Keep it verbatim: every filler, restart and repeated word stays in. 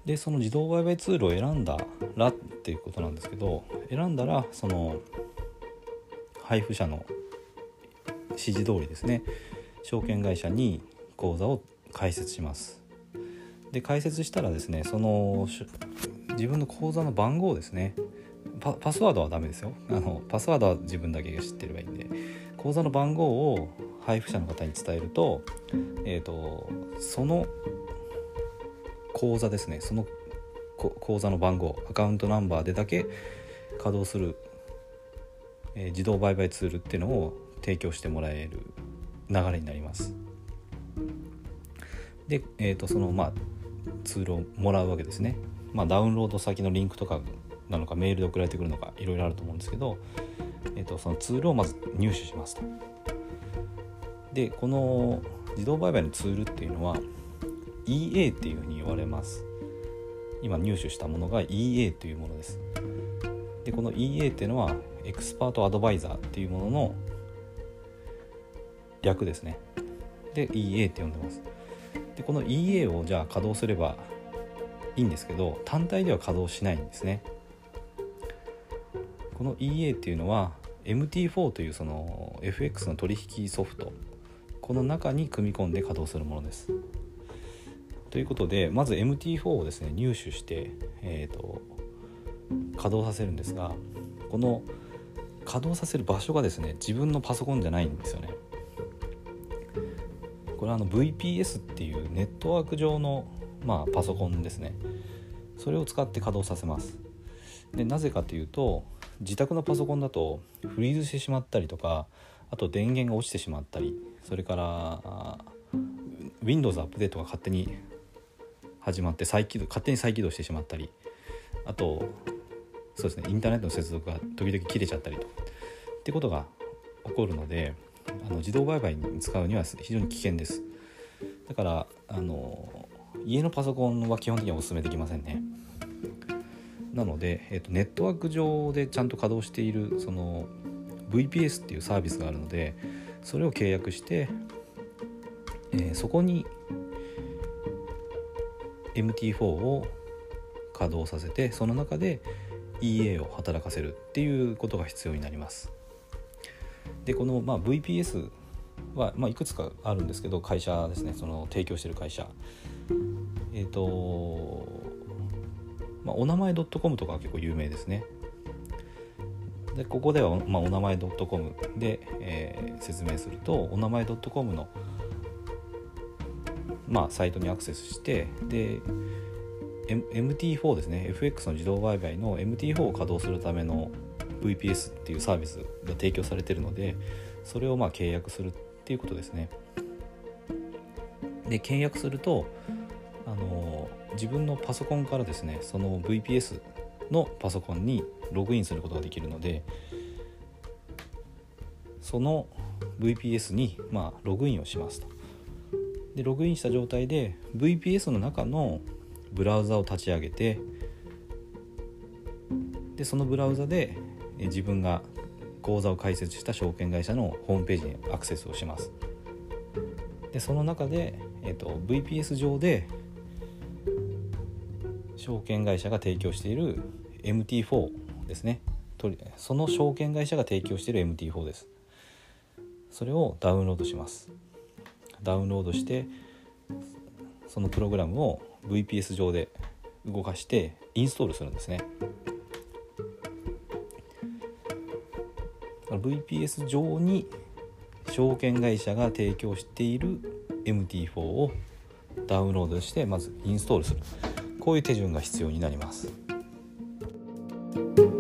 でその自動売買ツールを選んだらっていうことなんですけど、選んだらその配布者の指示通りですね、証券会社に口座を開設します。で開設したらですね、その自分の口座の番号ですね、 パ, パスワードはダメですよ。あのパスワードは自分だけが知ってればいいんで、口座の番号を配布者の方に伝えると、えーと、その口座ですね、その口座の番号、アカウントナンバーでだけ稼働する、えー、自動売買ツールっていうのを提供してもらえる流れになります。で、えーと、そのまあツールをもらうわけですね。まあ、ダウンロード先のリンクとかなのかメールで送られてくるのかいろいろあると思うんですけど、えーと、そのツールをまず入手しますと。でこの自動売買のツールっていうのは イーエー っていうふうに言われます。今入手したものが イーエー というものです。でこの イーエー っていうのはエクスパートアドバイザーっていうものの略ですね。で イーエー って呼んでます。でこの イーエー をじゃあ稼働すればいいんですけど、単体では稼働しないんですね。この イーエー っていうのは エムティーフォー というその エフエックス の取引ソフト、この中に組み込んで稼働するものです。ということで、まず エムティーフォー をですね入手して、えーと、稼働させるんですが、この稼働させる場所がですね、自分のパソコンじゃないんですよね。これはあの ブイピーエス っていうネットワーク上の、まあ、パソコンですね。それを使って稼働させます。でなぜかというと、自宅のパソコンだとフリーズしてしまったりとか、あと電源が落ちてしまったり、それから Windows アップデートが勝手に始まって再起動勝手に再起動してしまったり、あとそうですね、インターネットの接続が時々切れちゃったりとってことが起こるので、あの自動売買に使うには非常に危険です。だからあの家のパソコンは基本的にはお勧めできませんね。なので、えーと、ネットワーク上でちゃんと稼働しているその ブイピーエス っていうサービスがあるので、それを契約して、えー、そこに エムティーフォー を稼働させて、その中で イーエー を働かせるっていうことが必要になります。でこの、まあ、ブイピーエス は、まあ、いくつかあるんですけど、会社ですね、その提供している会社、えっと、まあ、お名前 .com とかは結構有名ですね。でここでは、まあ、お名前 .com で、えー、説明すると、お名前 .com の、まあ、サイトにアクセスして、で エムティーフォー ですね、 エフエックス の自動売買の エムティーフォー を稼働するための ブイピーエス っていうサービスが提供されているので、それをまあ契約するっていうことですね。で契約すると、あの自分のパソコンからですね、その ブイピーエス のパソコンにログインすることができるので、その ブイピーエス にまあログインをしますと。でログインした状態で ブイピーエス の中のブラウザを立ち上げて、でそのブラウザで自分が口座を開設した証券会社のホームページにアクセスをします。でその中で、えーと、ブイピーエス 上で証券会社が提供している エムティーフォー ですね、その証券会社が提供している エムティーフォー です。それをダウンロードします。ダウンロードしてそのプログラムを ブイピーエス 上で動かしてインストールするんですね。ブイピーエス 上に証券会社が提供している エムティーフォー をダウンロードしてまずインストールする、こういう手順が必要になります。